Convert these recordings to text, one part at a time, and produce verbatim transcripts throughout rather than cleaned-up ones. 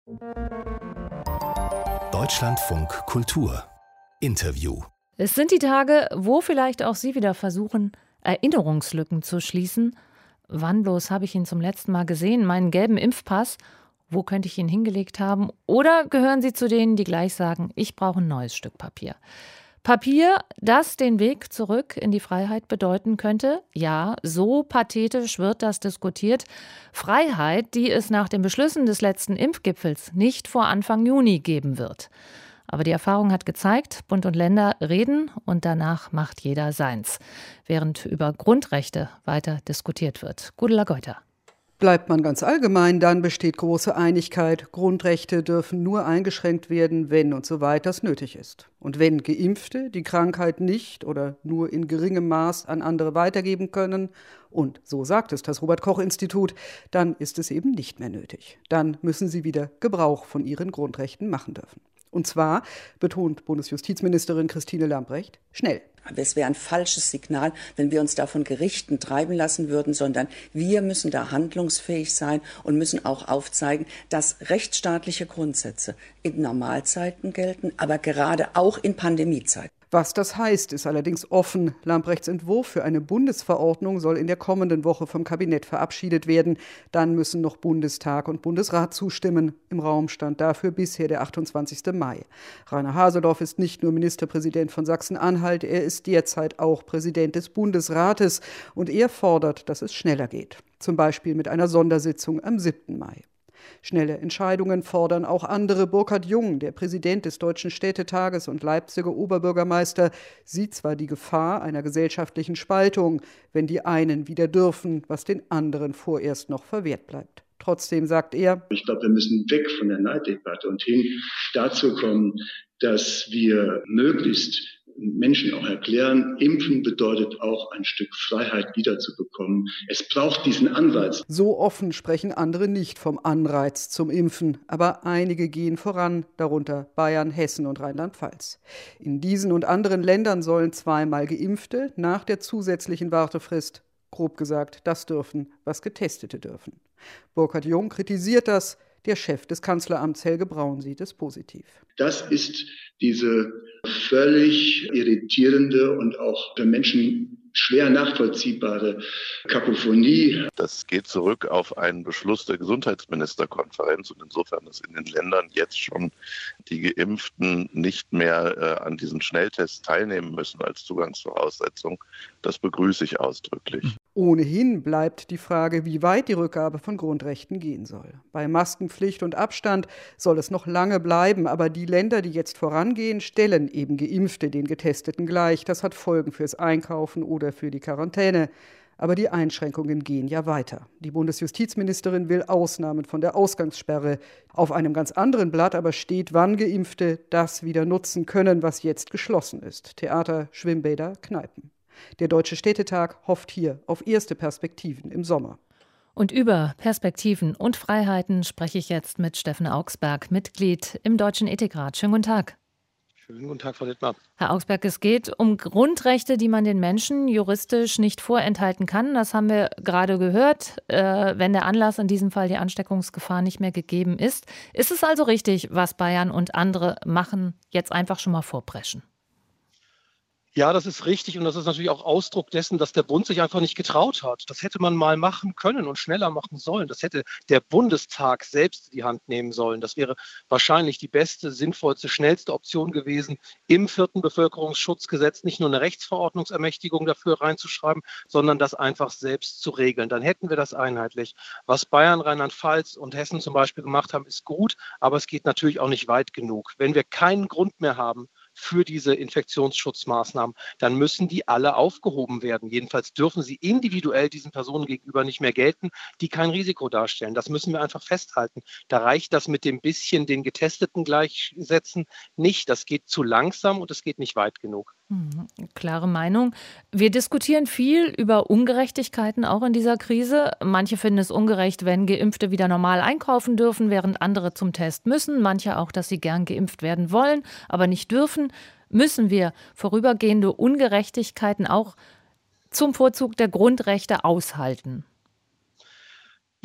Deutschlandfunk Kultur Interview. Es sind die Tage, wo vielleicht auch Sie wieder versuchen, Erinnerungslücken zu schließen. Wann bloß habe ich ihn zum letzten Mal gesehen? Meinen gelben Impfpass? Wo könnte ich ihn hingelegt haben? Oder gehören Sie zu denen, die gleich sagen, ich brauche ein neues Stück Papier? Papier, das den Weg zurück in die Freiheit bedeuten könnte? Ja, so pathetisch wird das diskutiert. Freiheit, die es nach den Beschlüssen des letzten Impfgipfels nicht vor Anfang Juni geben wird. Aber die Erfahrung hat gezeigt, Bund und Länder reden und danach macht jeder seins, während über Grundrechte weiter diskutiert wird. Gudula Goiter. Bleibt man ganz allgemein, dann besteht große Einigkeit. Grundrechte dürfen nur eingeschränkt werden, wenn und soweit das nötig ist. Und wenn Geimpfte die Krankheit nicht oder nur in geringem Maß an andere weitergeben können, und so sagt es das Robert-Koch-Institut, dann ist es eben nicht mehr nötig. Dann müssen sie wieder Gebrauch von ihren Grundrechten machen dürfen. Und zwar, betont Bundesjustizministerin Christine Lambrecht, schnell. Aber es wäre ein falsches Signal, wenn wir uns da von Gerichten treiben lassen würden, sondern wir müssen da handlungsfähig sein und müssen auch aufzeigen, dass rechtsstaatliche Grundsätze in Normalzeiten gelten, aber gerade auch in Pandemiezeiten. Was das heißt, ist allerdings offen. Lambrechts Entwurf für eine Bundesverordnung soll in der kommenden Woche vom Kabinett verabschiedet werden. Dann müssen noch Bundestag und Bundesrat zustimmen. Im Raum stand dafür bisher der achtundzwanzigste Mai. Rainer Haseloff ist nicht nur Ministerpräsident von Sachsen-Anhalt, er ist derzeit auch Präsident des Bundesrates. Und er fordert, dass es schneller geht. Zum Beispiel mit einer Sondersitzung am siebten Mai. Schnelle Entscheidungen fordern auch andere. Burkhard Jung, der Präsident des Deutschen Städtetages und Leipziger Oberbürgermeister, sieht zwar die Gefahr einer gesellschaftlichen Spaltung, wenn die einen wieder dürfen, was den anderen vorerst noch verwehrt bleibt. Trotzdem sagt er, ich glaube, wir müssen weg von der Neiddebatte und hin dazu kommen, dass wir möglichst Menschen auch erklären, Impfen bedeutet auch ein Stück Freiheit wiederzubekommen. Es braucht diesen Anreiz. So offen sprechen andere nicht vom Anreiz zum Impfen. Aber einige gehen voran, darunter Bayern, Hessen und Rheinland-Pfalz. In diesen und anderen Ländern sollen zweimal Geimpfte nach der zusätzlichen Wartefrist, grob gesagt, das dürfen, was Getestete dürfen. Burkhard Jung kritisiert das. Der Chef des Kanzleramts Helge Braun sieht es positiv. Das ist diese völlig irritierende und auch für Menschen schwer nachvollziehbare Kakophonie. Das geht zurück auf einen Beschluss der Gesundheitsministerkonferenz und insofern, dass in den Ländern jetzt schon die Geimpften nicht mehr äh, an diesen Schnelltests teilnehmen müssen als Zugangsvoraussetzung. Das begrüße ich ausdrücklich. Ohnehin bleibt die Frage, wie weit die Rückgabe von Grundrechten gehen soll. Bei Maskenpflicht und Abstand soll es noch lange bleiben, aber die Länder, die jetzt vorangehen, stellen eben Geimpfte den Getesteten gleich. Das hat Folgen fürs Einkaufen oder für die Quarantäne. Aber die Einschränkungen gehen ja weiter. Die Bundesjustizministerin will Ausnahmen von der Ausgangssperre. Auf einem ganz anderen Blatt aber steht, wann Geimpfte das wieder nutzen können, was jetzt geschlossen ist. Theater, Schwimmbäder, Kneipen. Der Deutsche Städtetag hofft hier auf erste Perspektiven im Sommer. Und über Perspektiven und Freiheiten spreche ich jetzt mit Steffen Augsberg, Mitglied im Deutschen Ethikrat. Schönen guten Tag. Schönen guten Tag, Frau Dittmar. Herr Augsberg, es geht um Grundrechte, die man den Menschen juristisch nicht vorenthalten kann. Das haben wir gerade gehört, äh, wenn der Anlass, in diesem Fall die Ansteckungsgefahr, nicht mehr gegeben ist. Ist es also richtig, was Bayern und andere machen, jetzt einfach schon mal vorpreschen? Ja, das ist richtig und das ist natürlich auch Ausdruck dessen, dass der Bund sich einfach nicht getraut hat. Das hätte man mal machen können und schneller machen sollen. Das hätte der Bundestag selbst in die Hand nehmen sollen. Das wäre wahrscheinlich die beste, sinnvollste, schnellste Option gewesen, im vierten Bevölkerungsschutzgesetz nicht nur eine Rechtsverordnungsermächtigung dafür reinzuschreiben, sondern das einfach selbst zu regeln. Dann hätten wir das einheitlich. Was Bayern, Rheinland-Pfalz und Hessen zum Beispiel gemacht haben, ist gut, aber es geht natürlich auch nicht weit genug. Wenn wir keinen Grund mehr haben für diese Infektionsschutzmaßnahmen, dann müssen die alle aufgehoben werden. Jedenfalls dürfen sie individuell diesen Personen gegenüber nicht mehr gelten, die kein Risiko darstellen. Das müssen wir einfach festhalten. Da reicht das mit dem bisschen den Getesteten gleichsetzen nicht. Das geht zu langsam und es geht nicht weit genug. Mhm, klare Meinung. Wir diskutieren viel über Ungerechtigkeiten auch in dieser Krise. Manche finden es ungerecht, wenn Geimpfte wieder normal einkaufen dürfen, während andere zum Test müssen. Manche auch, dass sie gern geimpft werden wollen, aber nicht dürfen. Müssen wir vorübergehende Ungerechtigkeiten auch zum Vorzug der Grundrechte aushalten?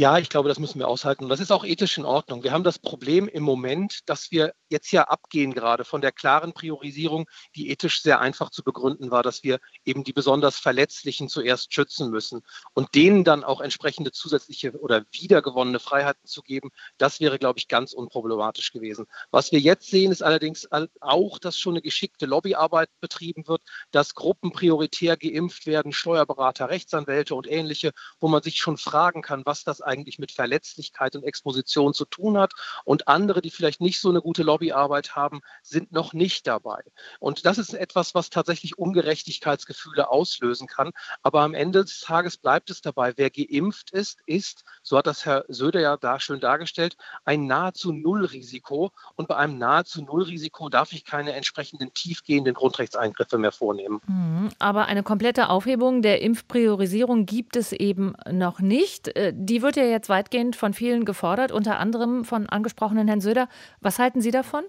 Ja, ich glaube, das müssen wir aushalten. Und das ist auch ethisch in Ordnung. Wir haben das Problem im Moment, dass wir jetzt ja abgehen gerade von der klaren Priorisierung, die ethisch sehr einfach zu begründen war, dass wir eben die besonders Verletzlichen zuerst schützen müssen und denen dann auch entsprechende zusätzliche oder wiedergewonnene Freiheiten zu geben. Das wäre, glaube ich, ganz unproblematisch gewesen. Was wir jetzt sehen, ist allerdings auch, dass schon eine geschickte Lobbyarbeit betrieben wird, dass Gruppen prioritär geimpft werden, Steuerberater, Rechtsanwälte und ähnliche, wo man sich schon fragen kann, was das eigentlich mit Verletzlichkeit und Exposition zu tun hat. Und andere, die vielleicht nicht so eine gute Lobbyarbeit haben, sind noch nicht dabei. Und das ist etwas, was tatsächlich Ungerechtigkeitsgefühle auslösen kann. Aber am Ende des Tages bleibt es dabei, wer geimpft ist, ist, so hat das Herr Söder ja da schön dargestellt, ein nahezu Nullrisiko. Und bei einem nahezu Nullrisiko darf ich keine entsprechenden tiefgehenden Grundrechtseingriffe mehr vornehmen. Aber eine komplette Aufhebung der Impfpriorisierung gibt es eben noch nicht. Die wird ja jetzt weitgehend von vielen gefordert, unter anderem von angesprochenen Herrn Söder. Was halten Sie davon?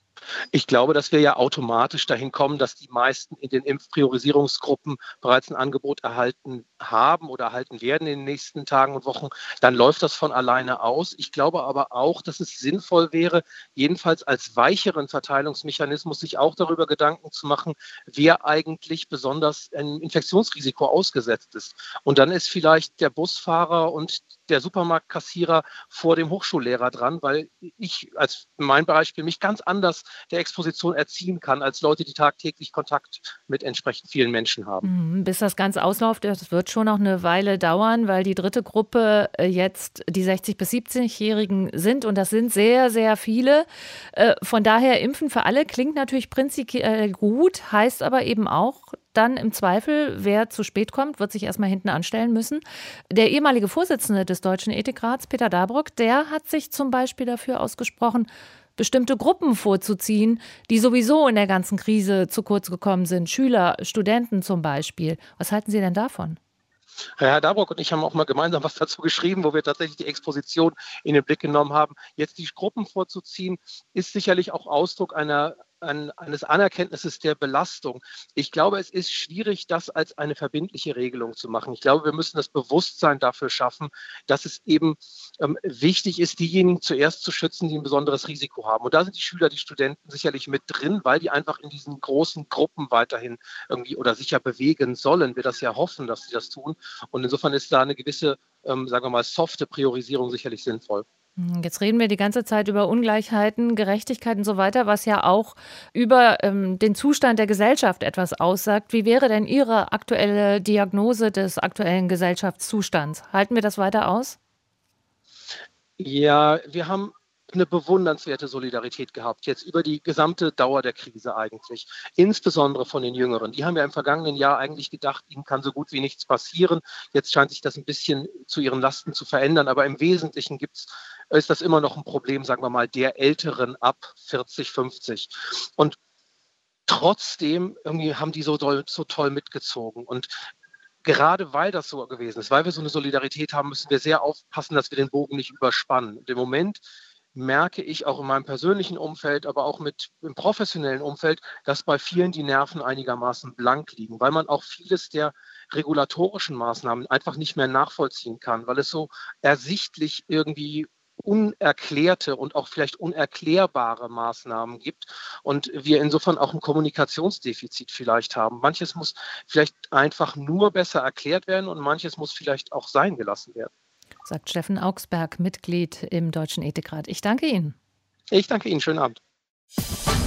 Ich glaube, dass wir ja automatisch dahin kommen, dass die meisten in den Impfpriorisierungsgruppen bereits ein Angebot erhalten haben oder erhalten werden in den nächsten Tagen und Wochen. Dann läuft das von alleine aus. Ich glaube aber auch, dass es sinnvoll wäre, jedenfalls als weicheren Verteilungsmechanismus sich auch darüber Gedanken zu machen, wer eigentlich besonders einem Infektionsrisiko ausgesetzt ist. Und dann ist vielleicht der Busfahrer und der Supermarktkassierer vor dem Hochschullehrer dran, weil ich als mein Beispiel mich ganz anders der Exposition erziehen kann, als Leute, die tagtäglich Kontakt mit entsprechend vielen Menschen haben. Bis das Ganze ausläuft, das wird schon noch eine Weile dauern, weil die dritte Gruppe jetzt die sechzig- bis siebzig-Jährigen sind und das sind sehr, sehr viele. Von daher Impfen für alle klingt natürlich prinzipiell gut, heißt aber eben auch, dann im Zweifel, wer zu spät kommt, wird sich erstmal hinten anstellen müssen. Der ehemalige Vorsitzende des Deutschen Ethikrats, Peter Dabrock, der hat sich zum Beispiel dafür ausgesprochen, bestimmte Gruppen vorzuziehen, die sowieso in der ganzen Krise zu kurz gekommen sind. Schüler, Studenten zum Beispiel. Was halten Sie denn davon? Herr Dabrock und ich haben auch mal gemeinsam was dazu geschrieben, wo wir tatsächlich die Exposition in den Blick genommen haben. Jetzt die Gruppen vorzuziehen, ist sicherlich auch Ausdruck einer An, eines Anerkenntnisses der Belastung. Ich glaube, es ist schwierig, das als eine verbindliche Regelung zu machen. Ich glaube, wir müssen das Bewusstsein dafür schaffen, dass es eben ähm, wichtig ist, diejenigen zuerst zu schützen, die ein besonderes Risiko haben. Und da sind die Schüler, die Studenten sicherlich mit drin, weil die einfach in diesen großen Gruppen weiterhin irgendwie oder sicher bewegen sollen. Wir das ja hoffen, dass sie das tun. Und insofern ist da eine gewisse, ähm, sagen wir mal, softe Priorisierung sicherlich sinnvoll. Jetzt reden wir die ganze Zeit über Ungleichheiten, Gerechtigkeit und so weiter, was ja auch über ähm, den Zustand der Gesellschaft etwas aussagt. Wie wäre denn Ihre aktuelle Diagnose des aktuellen Gesellschaftszustands? Halten wir das weiter aus? Ja, wir haben eine bewundernswerte Solidarität gehabt, jetzt über die gesamte Dauer der Krise eigentlich, insbesondere von den Jüngeren. Die haben ja im vergangenen Jahr eigentlich gedacht, ihnen kann so gut wie nichts passieren. Jetzt scheint sich das ein bisschen zu ihren Lasten zu verändern, aber im Wesentlichen gibt's, ist das immer noch ein Problem, sagen wir mal, der Älteren ab vierzig, fünfzig. Und trotzdem irgendwie haben die so toll, so toll mitgezogen. Und gerade weil das so gewesen ist, weil wir so eine Solidarität haben, müssen wir sehr aufpassen, dass wir den Bogen nicht überspannen. Und im Moment merke ich auch in meinem persönlichen Umfeld, aber auch mit im professionellen Umfeld, dass bei vielen die Nerven einigermaßen blank liegen, weil man auch vieles der regulatorischen Maßnahmen einfach nicht mehr nachvollziehen kann, weil es so ersichtlich irgendwie unerklärte und auch vielleicht unerklärbare Maßnahmen gibt und wir insofern auch ein Kommunikationsdefizit vielleicht haben. Manches muss vielleicht einfach nur besser erklärt werden und manches muss vielleicht auch sein gelassen werden. Sagt Steffen Augsberg, Mitglied im Deutschen Ethikrat. Ich danke Ihnen. Ich danke Ihnen. Schönen Abend.